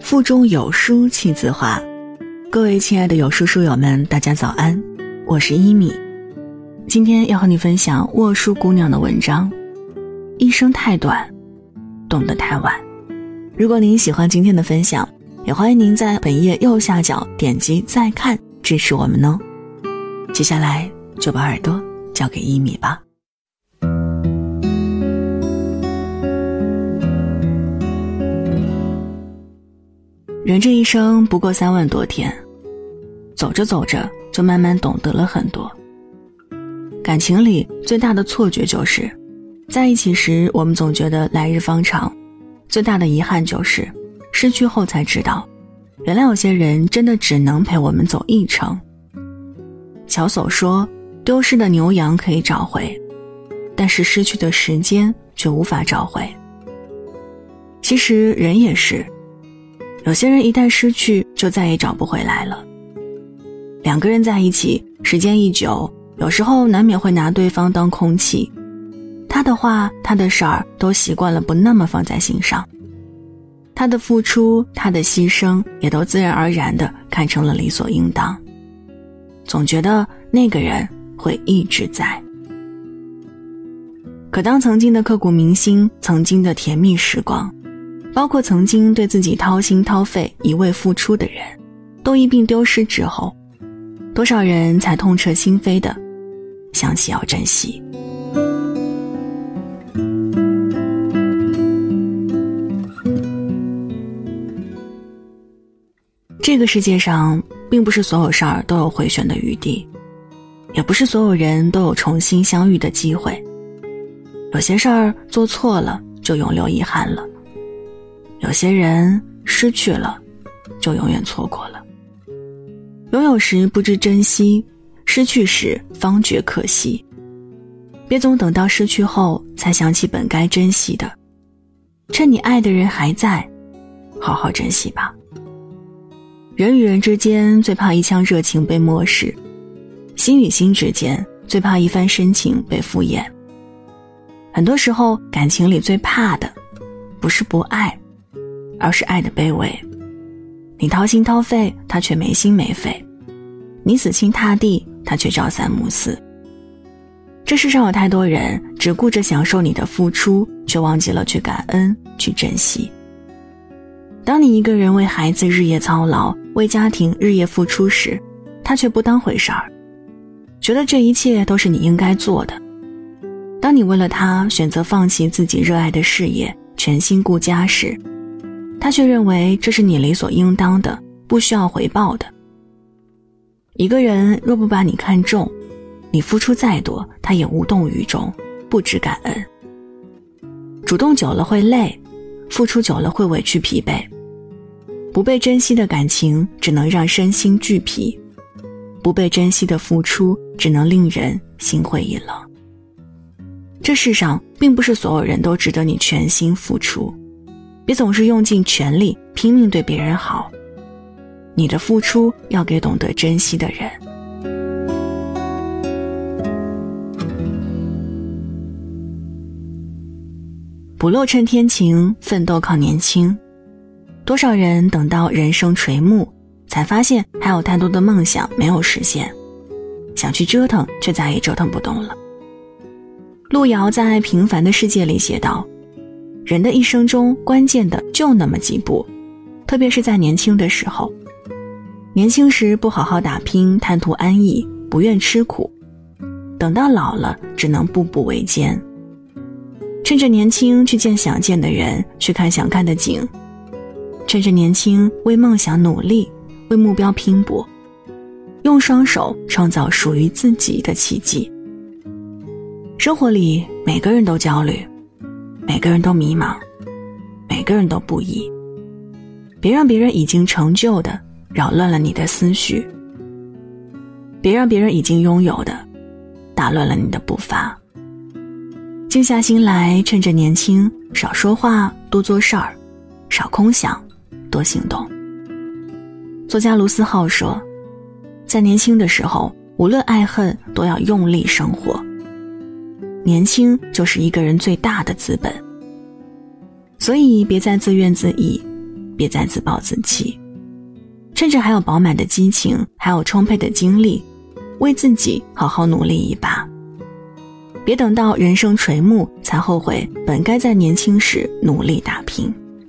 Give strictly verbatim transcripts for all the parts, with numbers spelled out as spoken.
腹中有书气自华。各位亲爱的有书书友们，大家早安，我是一米。今天要和你分享沃书姑娘的文章，一生太短，懂得太晚。如果您喜欢今天的分享，也欢迎您在本页右下角点击再看支持我们哦。接下来就把耳朵交给一米吧。人这一生不过三万多天，走着走着就慢慢懂得了很多。感情里最大的错觉就是，在一起时我们总觉得来日方长，最大的遗憾就是失去后才知道，原来有些人真的只能陪我们走一程。乔叟说，丢失的牛羊可以找回，但是失去的时间却无法找回。其实人也是，有些人一旦失去就再也找不回来了。两个人在一起时间一久，有时候难免会拿对方当空气，他的话他的事儿都习惯了不那么放在心上，他的付出他的牺牲也都自然而然地看成了理所应当，总觉得那个人会一直在。可当曾经的刻骨铭心，曾经的甜蜜时光，包括曾经对自己掏心掏肺一味付出的人，都一并丢失之后，多少人才痛彻心扉的想起要珍惜。这个世界上并不是所有事儿都有回旋的余地，也不是所有人都有重新相遇的机会。有些事儿做错了就永留遗憾了，有些人失去了就永远错过了。拥有时不知珍惜，失去时方觉可惜。别总等到失去后才想起本该珍惜的，趁你爱的人还在，好好珍惜吧。人与人之间最怕一腔热情被漠视，心与心之间最怕一番深情被敷衍。很多时候感情里最怕的不是不爱，而是爱的卑微。你掏心掏肺，他却没心没肺；你死心塌地，他却朝三暮四。这世上有太多人只顾着享受你的付出，却忘记了去感恩，去珍惜。当你一个人为孩子日夜操劳，为家庭日夜付出时，他却不当回事儿，觉得这一切都是你应该做的。当你为了他选择放弃自己热爱的事业，全心顾家时，他却认为这是你理所应当的，不需要回报的。一个人若不把你看重，你付出再多，他也无动于衷，不知感恩。主动久了会累，付出久了会委屈疲惫。不被珍惜的感情只能让身心俱疲，不被珍惜的付出只能令人心灰意冷。这世上并不是所有人都值得你全心付出，别总是用尽全力拼命对别人好，你的付出要给懂得珍惜的人。不落趁天晴，奋斗靠年轻。多少人等到人生垂暮，才发现还有太多的梦想没有实现，想去折腾，却再也折腾不动了。路遥在《平凡的世界》里写道，人的一生中关键的就那么几步，特别是在年轻的时候。年轻时不好好打拼，贪图安逸，不愿吃苦，等到老了只能步步维艰。趁着年轻去见想见的人，去看想看的景，趁着年轻为梦想努力，为目标拼搏，用双手创造属于自己的奇迹。生活里每个人都焦虑，每个人都迷茫，每个人都不易。别让别人已经成就的扰乱了你的思绪，别让别人已经拥有的打乱了你的步伐。静下心来，趁着年轻，少说话，多做事儿，少空想，多行动。作家卢思浩说，在年轻的时候，无论爱恨都要用力生活。年轻就是一个人最大的资本，所以别再自怨自艾， 别再自暴自弃，趁着还有饱满的激情，还有充沛的精力，为自己好好努力一把。别等到人生垂暮才后悔本该在年轻时努力打拼。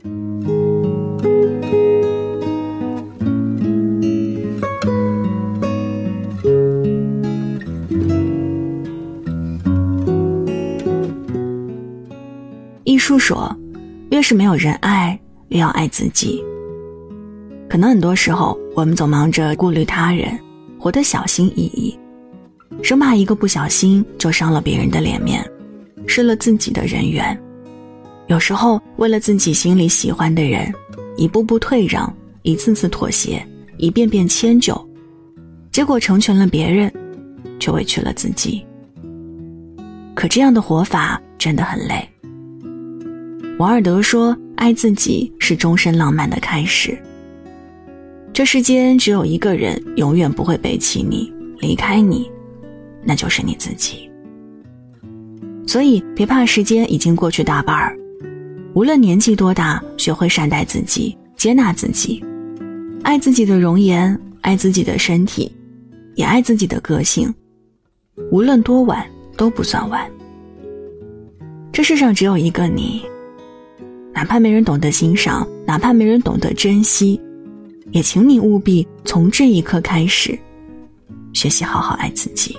一书说，越是没有人爱，越要爱自己。可能很多时候我们总忙着顾虑他人，活得小心翼翼，生怕一个不小心就伤了别人的脸面，失了自己的人缘。有时候为了自己心里喜欢的人，一步步退让，一次次妥协，一遍遍迁就，结果成全了别人，却委屈了自己。可这样的活法真的很累。王尔德说，爱自己是终身浪漫的开始。这世间只有一个人永远不会背弃你，离开你，那就是你自己。所以别怕时间已经过去大半儿，无论年纪多大，学会善待自己，接纳自己，爱自己的容颜，爱自己的身体，也爱自己的个性。无论多晚都不算晚。这世上只有一个你，哪怕没人懂得欣赏，哪怕没人懂得珍惜，也请你务必从这一刻开始，学习好好爱自己。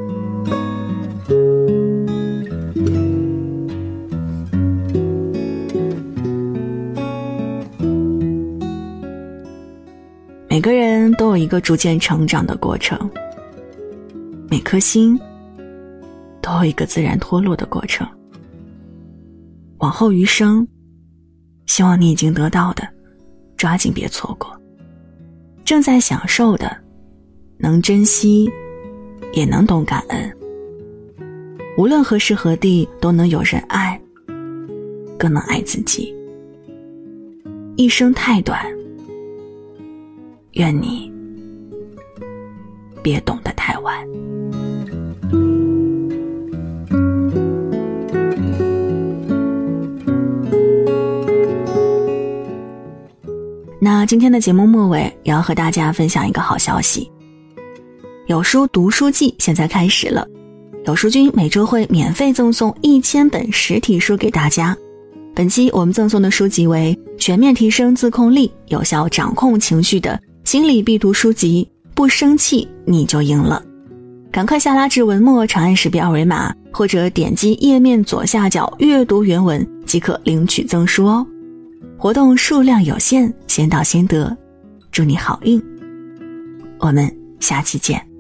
每个人都有一个逐渐成长的过程，每颗心都有一个自然脱落的过程。往后余生，希望你已经得到的，抓紧别错过；正在享受的，能珍惜，也能懂感恩。无论何时何地，都能有人爱，更能爱自己。一生太短，愿你别懂得太晚。那今天的节目末尾也要和大家分享一个好消息，有书读书季现在开始了，有书君每周会免费赠送一千本实体书给大家。本期我们赠送的书籍为全面提升自控力，有效掌控情绪的心理必读书籍，不生气你就赢了。赶快下拉至文末，长按识别二维码，或者点击页面左下角阅读原文即可领取赠书哦。活动数量有限，先到先得，祝你好运，我们下期见。